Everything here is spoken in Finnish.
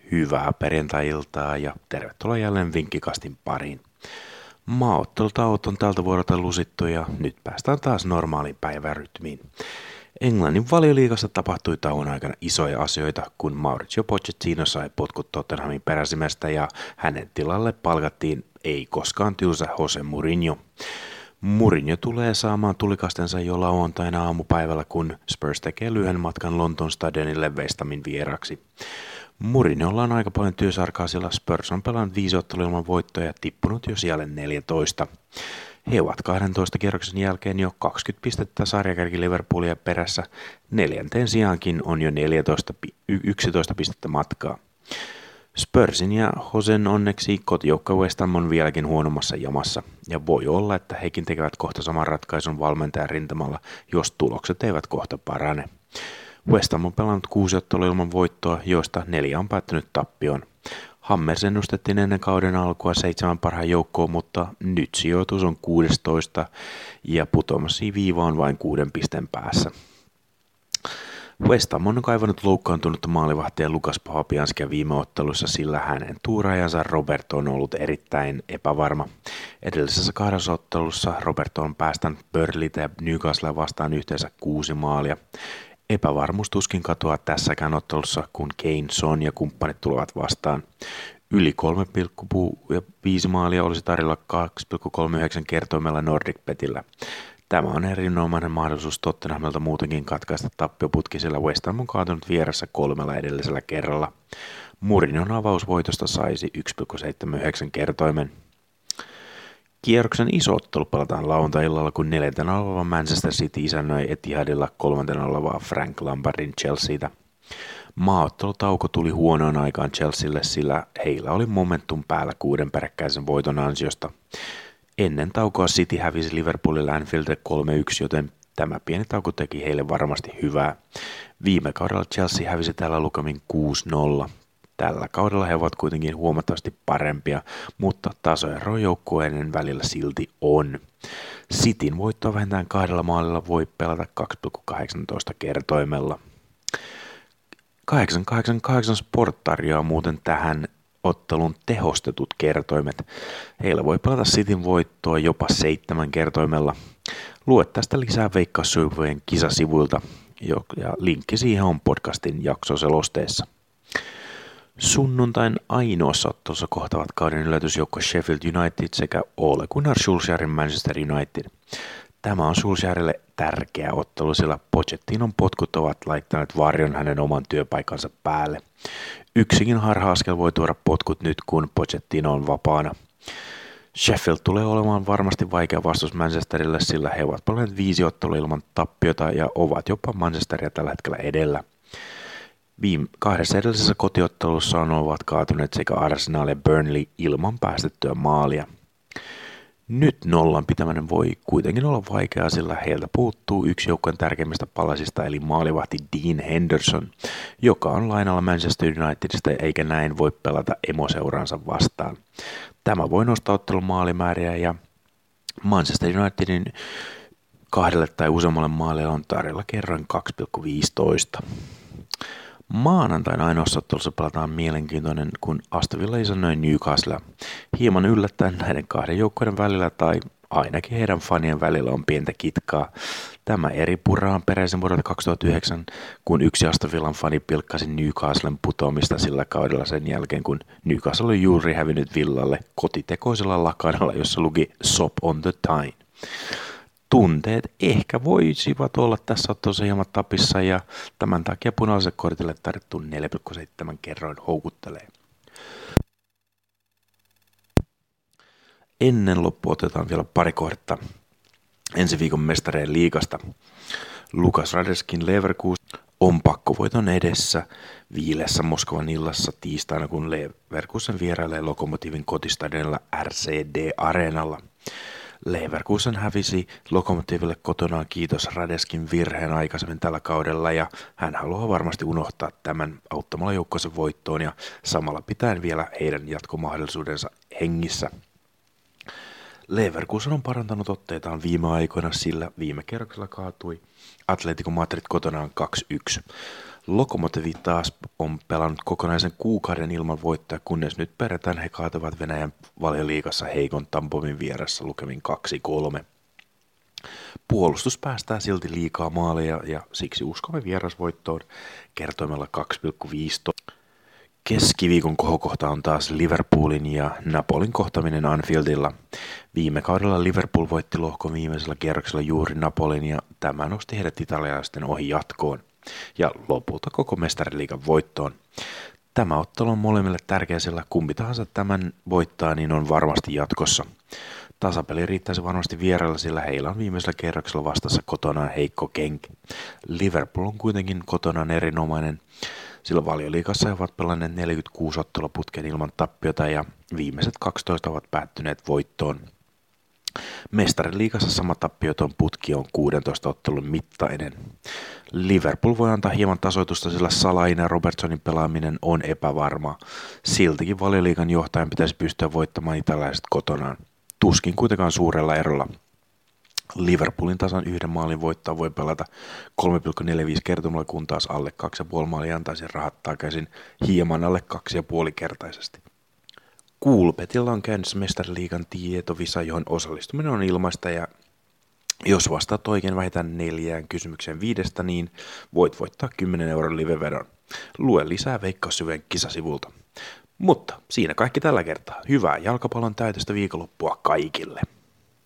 Hyvää perjantai-iltaa ja tervetuloa jälleen Vinkkikastin pariin. Maaottelutauot on tältä vuodelta lusittu ja nyt päästään taas normaaliin päivärytmiin. Englannin Valioliigassa tapahtui tauon aikana isoja asioita, kun Mauricio Pochettino sai potkut Tottenhamin peräsimestä ja hänen tilalle palkattiin ei koskaan tylsä Jose Mourinho. Mourinho tulee saamaan tulikastensa jo lauantaina aamupäivällä, kun Spurs tekee lyhyen matkan Lontoon stadionille West Hamin vieraksi. Mourinholla on aika paljon työsarkaa, sillä Spurs on pelannut 5 ottelua ilman voittoja ja tippunut jo sijalle 14. He ovat 12 kierroksen jälkeen jo 20 pistettä sarjakärki Liverpoolia perässä. Neljänteen sijaankin on jo 11 pistettä matkaa. Spursin ja Josen onneksi kotijoukko West Ham on vieläkin huonommassa jamassa, ja voi olla, että hekin tekevät kohta saman ratkaisun valmentajan rintamalla, jos tulokset eivät kohta parane. West Ham on pelannut 6 ottelua ilman voittoa, joista 4 on päättynyt tappioon. Hammers ennustettiin ennen kauden alkua 7 parhaan joukkoon, mutta nyt sijoitus on 16 ja putoamassa viiva on vain 6 pisteen päässä. West Ham on kaivannut loukkaantunutta maalivahtia Lukas Papapianskia viime ottelussa, sillä hänen tuuraajansa Roberto on ollut erittäin epävarma. Edellisessä 2 ottelussa Roberto on päästänyt Burnleytä ja Newcastlea vastaan yhteensä 6 maalia. Epävarmuus tuskin katoaa tässäkään ottelussa, kun Kane, Son ja kumppanit tulevat vastaan. Yli 3,5 maalia olisi tarjolla 2,39 kertoimella NordicBetillä. Tämä on erinomainen mahdollisuus Tottenhamilta muutenkin katkaista tappioputki, sillä West Ham on kaatunut vieressä 3 edellisellä kerralla. Mourinhon avausvoitosta saisi 1,79 kertoimen. Kierroksen iso ottelu pelataan lauantai-illalla, kun 4. oleva Manchester City isännöi Etihadilla 3. olevaa Frank Lampardin Chelseatä. Maaottelutauko tuli huonoon aikaan Chelsealle, sillä heillä oli momentum päällä 6 peräkkäisen voiton ansiosta. Ennen taukoa City hävisi Liverpoolille Anfieldille 3-1, joten tämä pieni tauko teki heille varmasti hyvää. Viime kaudella Chelsea hävisi tällä lukemin 6-0. Tällä kaudella he ovat kuitenkin huomattavasti parempia, mutta tasoero joukkueiden välillä silti on. Cityn voittoa vähintään 2 maalilla voi pelata 2,18 kertoimella. 888 Sport tarjoaa muuten tähän ottelun tehostetut kertoimet. Heillä voi pelata Cityn voittoa jopa 7 kertoimella. Lue tästä lisää Veikkaussuivujen kisasivuilta, ja linkki siihen on podcastin jaksoselosteessa. Sunnuntain ainoassa ottelussa kohtavat kauden yllätysjoukko Sheffield United sekä Ole Gunnar Solskjaerin Manchester United. Tämä on Solskjaerille tärkeä ottelu, sillä Pochettinon potkut ovat laittaneet varjon hänen oman työpaikansa päälle. Yksikin harha-askel voi tuoda potkut nyt, kun Pochettino on vapaana. Sheffield tulee olemaan varmasti vaikea vastus Manchesterille, sillä he ovat pelanneet 5 ottelua ilman tappiota ja ovat jopa Manchesteria tällä hetkellä edellä. 2 edellisessä kotiottelussa ovat kaatuneet sekä Arsenal ja Burnley ilman päästettyä maalia. Nyt nollan pitäminen voi kuitenkin olla vaikeaa, sillä heiltä puuttuu yksi joukkueen tärkeimmistä palasista, eli maalivahti Dean Henderson, joka on lainalla Manchester Unitedista eikä näin voi pelata emoseuraansa vastaan. Tämä voi nostaa ottelun maalimääriä ja Manchester Unitedin 2 tai useammalle maalille on tarjolla kerroin 2,15. Maanantaina ainoassa ottelussa pelataan mielenkiintoinen, kun Aston Villa isännöi Newcastle. Hieman yllättäen näiden 2 joukkueiden välillä tai ainakin heidän fanien välillä on pientä kitkaa. Tämä eri pura on peräisin vuodelta 2009, kun yksi Aston Villan fani pilkkasi Newcastlen putoamista sillä kaudella sen jälkeen, kun Newcastle oli juuri hävinnyt Villalle kotitekoisella lakanalla, jossa luki "Sop on the Tyne". Tunteet ehkä voisivat olla tässä ottelussa hieman tapissa ja tämän takia punaiselle kortille tarjottu 4,7 kerroin houkuttelee. Ennen loppua otetaan vielä pari kohdetta ensi viikon mestareen liigasta. Lukas Radetskin Leverkusen on pakkovoiton edessä viileässä Moskovan illassa tiistaina, kun Leverkusen vierailee Lokomotivin kotistadionilla RCD Areenalla. Leverkusen hävisi Lokomotiville kotonaan kiitos Radetskin virheen aikaisemmin tällä kaudella ja hän haluaa varmasti unohtaa tämän auttamalla joukkonsa voittoon ja samalla pitäen vielä heidän jatkomahdollisuudensa hengissä. Leverkusen on parantanut otteitaan viime aikoina, sillä viime kerroksella kaatui Atletico Madrid kotonaan 2-1. Lokomotivi taas on pelannut kokonaisen kuukauden ilman voittoa, kunnes nyt perjantaina he kaatuvat Venäjän Valioliigassa heikon Tampomin vieressä lukemin 2-3. Puolustus päästää silti liikaa maaleja ja siksi uskomme vierasvoittoon kertoimella 2,5. Keskiviikon kohokohta on taas Liverpoolin ja Napolin kohtaminen Anfieldilla. Viime kaudella Liverpool voitti lohkon viimeisellä kierroksella juuri Napolin ja tämä nosti heidät italialaisten ohi jatkoon ja lopulta koko mestariliigan voittoon. Tämä ottelu on molemmille tärkeä, sillä kumpi tahansa tämän voittaa, niin on varmasti jatkossa. Tasapeli riittäisi varmasti vierailla, sillä heillä on viimeisellä kerroksella vastassa kotonaan heikko kenki. Liverpool on kuitenkin kotonaan erinomainen, sillä Valioliigassa he ovat pelanneet 46 ottelua putkeen ilman tappiota ja viimeiset 12 ovat päättyneet voittoon. Mestariliigassa sama tappioton putki on 16 ottelun mittainen. Liverpool voi antaa hieman tasoitusta, sillä Salahin ja Robertsonin pelaaminen on epävarmaa. Siltikin Valioliigan johtajan pitäisi pystyä voittamaan italialaiset kotonaan. Tuskin kuitenkaan suurella erolla. Liverpoolin tasan yhden maalin voittaa voi pelata 3,45 kertomalla, kun taas alle 2,5 maalia antaisi rahat takaisin hieman alle 2,5-kertaisesti. Coolbetilla on käynnissä mestariliigan tietovisa, johon osallistuminen on ilmaista ja jos vastaat oikein vähintään 4 kysymykseen 5, niin voit voittaa 10 euron livevedon. Lue lisää Veikkaussyvyen kisasivulta. Mutta siinä kaikki tällä kertaa. Hyvää jalkapallon täytöstä viikonloppua kaikille.